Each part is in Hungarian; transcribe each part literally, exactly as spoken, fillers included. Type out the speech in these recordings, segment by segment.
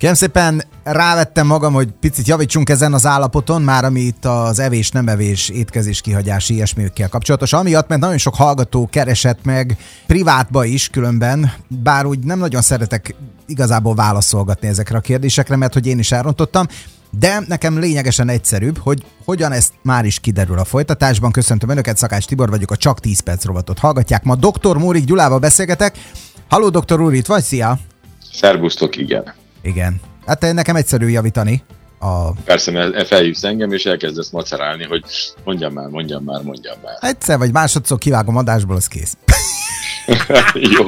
Kérem szépen, rávettem magam, hogy picit javítsunk ezen az állapoton, már ami itt az evés, nem evés, étkezés, kihagyás, ilyesmiükkel kapcsolatos. Amiatt, mert nagyon sok hallgató keresett meg privátba is különben, bár úgy nem nagyon szeretek igazából válaszolgatni ezekre a kérdésekre, mert hogy én is elrontottam, de nekem lényegesen egyszerűbb, hogy hogyan ezt már is kiderül a folytatásban. Köszöntöm Önöket, Szakács Tibor vagyok, a Csak tíz perc rovatot hallgatják. Ma doktor Mórik Gyulával beszélgetek. Halló, doktor úr, itt vagy? Szia! Szervusztok, igen. Igen. Hát nekem egyszerű javítani. A... Persze, mert felhívsz engem, és elkezdesz macerálni, hogy mondjam már, mondjam már, mondjam már. Egyszer vagy másodszor kivágom adásból, az kész. Jó.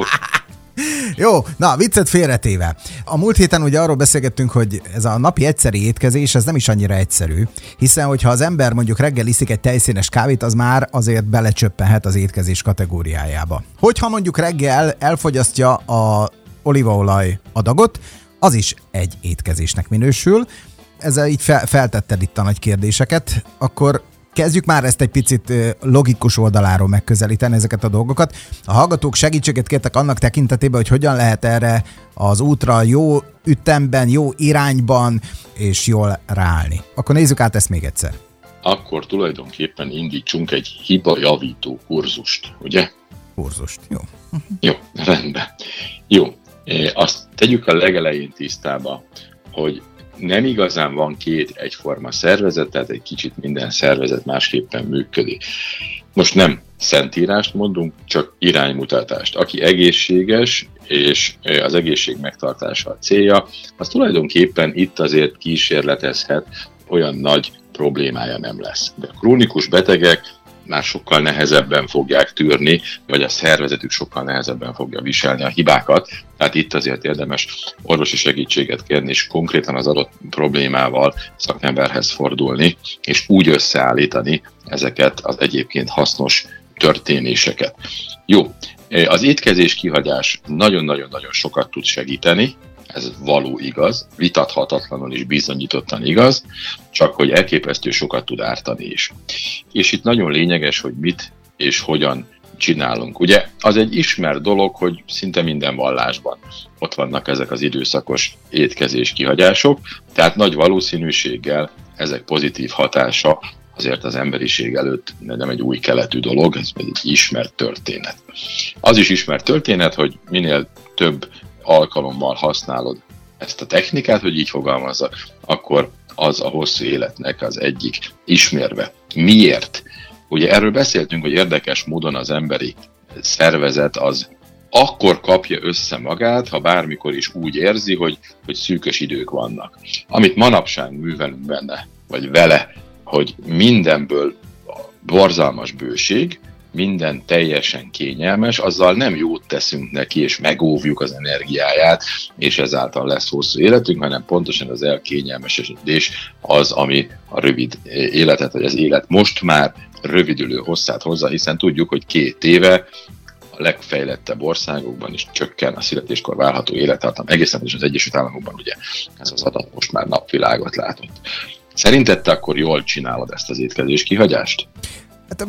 Jó, na, viccet félretéve. A múlt héten ugye arról beszélgettünk, hogy ez a napi egyszeri étkezés, ez nem is annyira egyszerű, hiszen hogyha az ember mondjuk reggel iszik egy tejszínes kávét, az már azért belecsöppenhet az étkezés kategóriájába. Hogyha mondjuk reggel elfogyasztja a olívaolaj adagot, az is egy étkezésnek minősül. Ezzel így fel, feltetted itt a nagy kérdéseket, akkor kezdjük már ezt egy picit logikus oldaláról megközelíteni ezeket a dolgokat. A hallgatók segítséget kértek annak tekintetében, hogy hogyan lehet erre az útra jó ütemben, jó irányban és jól ráállni. Akkor nézzük át ezt még egyszer. Akkor tulajdonképpen indítsunk egy hibajavító kurzust, ugye? Kurzust, jó. Jó, rendben. Jó, azt tegyük a legelején tisztába, hogy nem igazán van két egyforma szervezet, tehát egy kicsit minden szervezet másképpen működik. Most nem szentírást mondunk, csak iránymutatást. Aki egészséges, és az egészség megtartása a célja, az tulajdonképpen itt azért kísérletezhet, olyan nagy problémája nem lesz. De a krónikus betegek már sokkal nehezebben fogják tűrni, vagy a szervezetük sokkal nehezebben fogja viselni a hibákat. Tehát itt azért érdemes orvosi segítséget kérni, és konkrétan az adott problémával szakemberhez fordulni, és úgy összeállítani ezeket az egyébként hasznos történéseket. Jó, az étkezés kihagyás nagyon-nagyon-nagyon sokat tud segíteni, ez való igaz, vitathatatlanul is bizonyítottan igaz, csak hogy elképesztő sokat tud ártani is. És itt nagyon lényeges, hogy mit és hogyan csinálunk. Ugye az egy ismert dolog, hogy szinte minden vallásban ott vannak ezek az időszakos étkezés kihagyások, tehát nagy valószínűséggel ezek pozitív hatása azért az emberiség előtt nem egy új keletű dolog, ez egy ismert történet. Az is ismert történet, hogy minél több alkalommal használod ezt a technikát, hogy így fogalmazzak, akkor az a hosszú életnek az egyik ismérve. Miért? Ugye erről beszéltünk, hogy érdekes módon az emberi szervezet az akkor kapja össze magát, ha bármikor is úgy érzi, hogy, hogy szűkös idők vannak. Amit manapság művelünk benne, vagy vele, hogy mindenből borzalmas bőség, minden teljesen kényelmes, azzal nem jót teszünk neki, és megóvjuk az energiáját, és ezáltal lesz hosszú életünk, hanem pontosan az elkényelmesedés az, ami a rövid életet, vagy az élet most már rövidülő hosszát hozza, hiszen tudjuk, hogy két éve a legfejlettebb országokban is csökken a születéskor várható élettartam. Egészen is az Egyesült Államokban ugye ez az adat most már napvilágot látott. Szerinted te akkor jól csinálod ezt az étkezés kihagyást? Hát,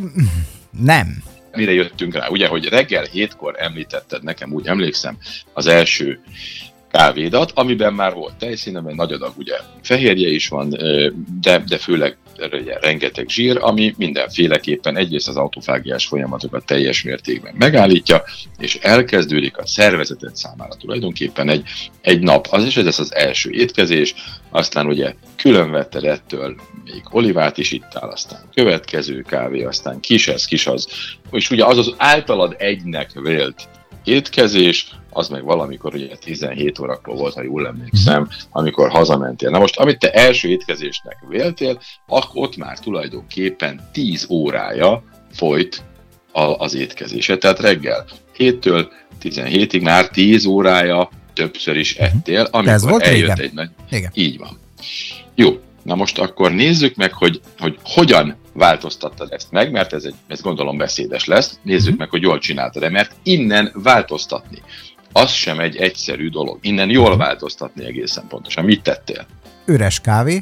nem. Mire jöttünk rá? Ugye, hogy reggel hétkor említetted nekem, úgy emlékszem, az első kávédat, amiben már volt tejszíne, mert nagy adag ugye fehérje is van, de, de főleg rengeteg zsír, ami mindenféleképpen egyrészt az autofágiás folyamatokat teljes mértékben megállítja, és elkezdődik a szervezeted számára tulajdonképpen egy, egy nap. Az is ez az első étkezés, aztán ugye külön vetted ettől, még olivát is ittál, aztán következő kávé, aztán kis ez, kis az, és ugye az az általad egynek vélt étkezés, az meg valamikor ugye tizenhét órakor volt, ha jól emlékszem, amikor hazamentél. Na most, amit te első étkezésnek véltél, akkor ott már tulajdonképpen tíz órája folyt a, az étkezése. Tehát reggel héttől tizenhétig már tíz órája többször is ettél, amikor eljött régen. Egy nagy... Igen. Így van. Jó, na most akkor nézzük meg, hogy, hogy hogyan változtattad ezt meg, mert ez, egy, ez gondolom beszédes lesz. Nézzük mm. meg, hogy jól csináltad-e, mert innen változtatni az sem egy egyszerű dolog. Innen jól változtatni egészen pontosan. Mit tettél? Üres kávé.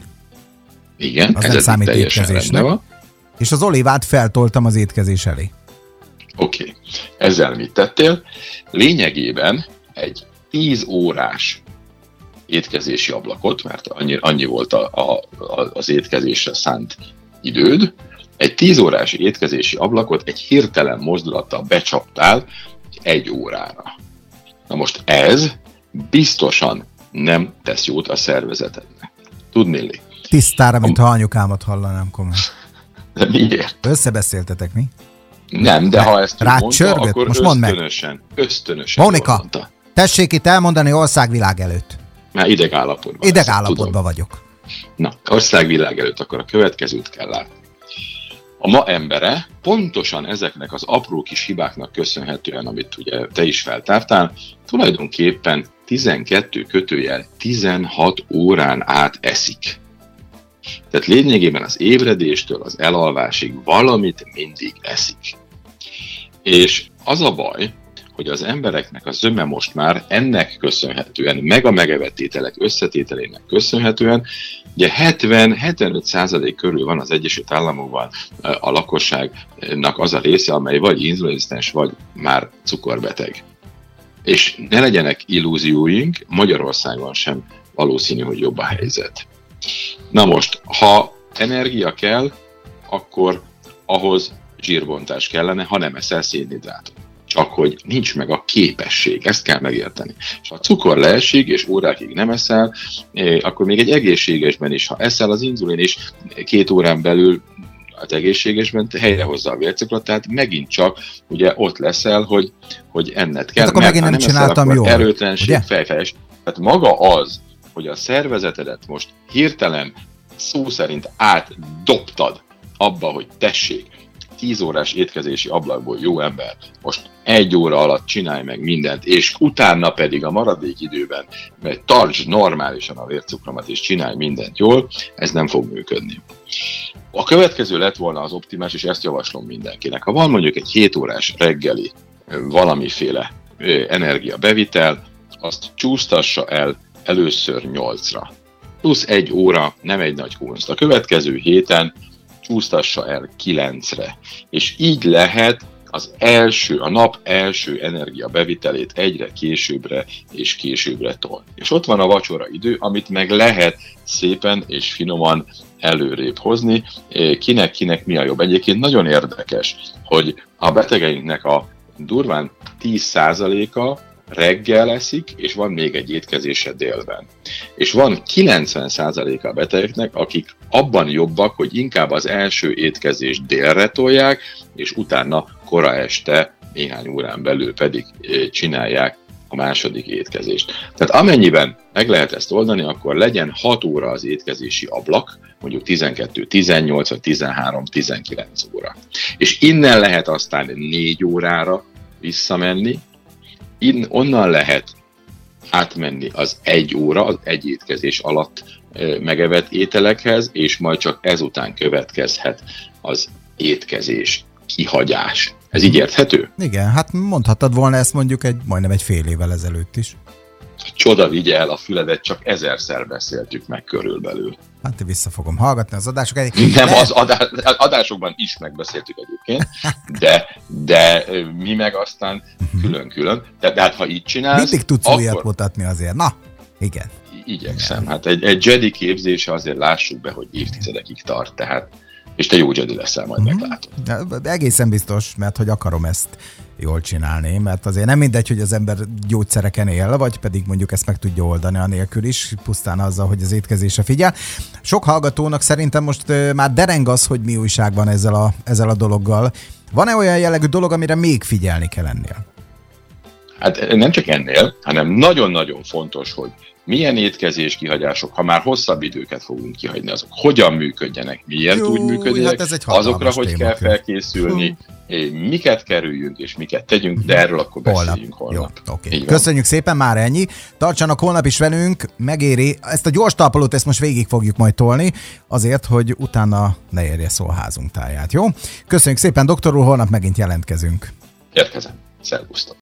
Igen, az nem számít étkezésnek. És az olívát feltoltam az étkezés elé. Oké. Okay. Ezzel mit tettél? Lényegében egy tíz órás étkezési ablakot, mert annyi, annyi volt a, a, a, az étkezésre szánt időd, egy tíz órás étkezési ablakot egy hirtelen mozdulattal becsaptál egy órára. Na most ez biztosan nem tesz jót a szervezetednek. Tudnéli? Tisztára, mint a... ha anyukámat hallanám komolyan. De miért? Összebeszéltetek, mi? Nem, de ha ezt mondta, akkor most ösztönösen, ösztönösen Mónika, tessék itt elmondani országvilág előtt. Már idegállapotban. Idegállapotban vagyok. Na, országvilág előtt akkor a következőt kell látni. A ma embere pontosan ezeknek az apró kis hibáknak köszönhetően, amit ugye te is feltártál, tulajdonképpen tizenkettő kötőjel tizenhat órán át eszik. Tehát lényegében az ébredéstől az elalvásig valamit mindig eszik. És az a baj, hogy az embereknek a zöme most már ennek köszönhetően, meg a megevett ételek összetételének köszönhetően, ugye hetven-hetvenöt százalék körül van az Egyesült Államokban a lakosságnak az a része, amely vagy inzulinrezisztens, vagy már cukorbeteg. És ne legyenek illúzióink, Magyarországon sem valószínű, hogy jobb a helyzet. Na most, ha energia kell, akkor ahhoz zsírbontás kellene, ha nem eszel szénhidrátot. Csak hogy nincs meg a képesség, ezt kell megérteni. És ha a cukor leesik, és órákig nem eszel, akkor még egy egészségesben is, ha eszel, az inzulin is két órán belül az egészségesben helyrehozza a vércukrot, tehát megint csak ugye ott leszel, hogy, hogy enned kell, akkor mert nem ha nem csináltam eszel, jól, akkor erőtlenség, ugye? fejfejes. Tehát maga az, hogy a szervezetedet most hirtelen szó szerint átdobtad abba, hogy tessék, tíz órás étkezési ablakból jó ember, most egy óra alatt csinálj meg mindent, és utána pedig a maradék időben tartsd normálisan a vércukromat, és csinálj mindent jól, ez nem fog működni. A következő lett volna az optimális, és ezt javaslom mindenkinek. Ha van mondjuk egy hét órás reggeli valamiféle energiabevitel, azt csúsztassa el először nyolcra. Plusz egy óra, nem egy nagy kunst. A következő héten csúsztassa el kilencre. És így lehet az első, a nap első energiabevitelét egyre későbbre és későbbre tolni. És ott van a vacsora idő, amit meg lehet szépen és finoman előrébb hozni. Kinek-kinek mi a jobb. Egyébként nagyon érdekes, hogy a betegeinknek a durván tíz százaléka reggel eszik, és van még egy étkezése délben. És van kilencven százaléka a betegeknek, akik abban jobbak, hogy inkább az első étkezést délre tolják, és utána kora este, néhány órán belül pedig csinálják a második étkezést. Tehát amennyiben meg lehet ezt oldani, akkor legyen hat óra az étkezési ablak, mondjuk tizenkettő, tizennyolc, vagy tizenhárom, tizenkilenc óra. És innen lehet aztán négy órára visszamenni, In, onnan lehet átmenni az egy óra, az egy étkezés alatt e, megevett ételekhez, és majd csak ezután következhet az étkezés kihagyás. Ez így érthető? Igen, hát mondhattad volna ezt mondjuk egy, majdnem egy fél évvel ezelőtt is. Csoda vigye el a füledet, csak ezerszer beszéltük meg körülbelül. Hát vissza fogom hallgatni az adásokat. Nem, de... az adás, adásokban is megbeszéltük egyébként, de, de mi meg aztán külön-külön. De, de hát ha így csinálsz... Mindig tudsz akkor... újat mutatni azért. Na, igen. Igyekszem. Igen. Hát egy, egy Jedi képzése azért lássuk be, hogy évtizedekig tart, tehát és te jó Jedi leszel, majd mm-hmm. meglátod. De egészen biztos, mert hogy akarom ezt jól csinálni, mert azért nem mindegy, hogy az ember gyógyszereken él, vagy pedig mondjuk ezt meg tudja oldani anélkül is, pusztán azzal, hogy az étkezésre figyel. Sok hallgatónak szerintem most uh, már dereng az, hogy mi újság van ezzel a, ezzel a dologgal. Van-e olyan jellegű dolog, amire még figyelni kell ennél? Hát nem csak ennél, hanem nagyon-nagyon fontos, hogy milyen étkezés kihagyások, ha már hosszabb időket fogunk kihagyni, azok hogyan működjenek, miért Jó, úgy működjenek, hát azokra hogy kell felkészülni, miket kerüljünk és miket tegyünk, de erről akkor beszéljünk holnap. holnap. Jó, okay. Köszönjük szépen, már ennyi. Tartsanak holnap is velünk, megéri. Ezt a gyors talpalót, ezt most végig fogjuk majd tolni, azért, hogy utána ne érje szó a házunk táját, jó? Köszönjük szépen, doktor úr, holnap megint jelentkezünk. Érkezem. Szervusztok.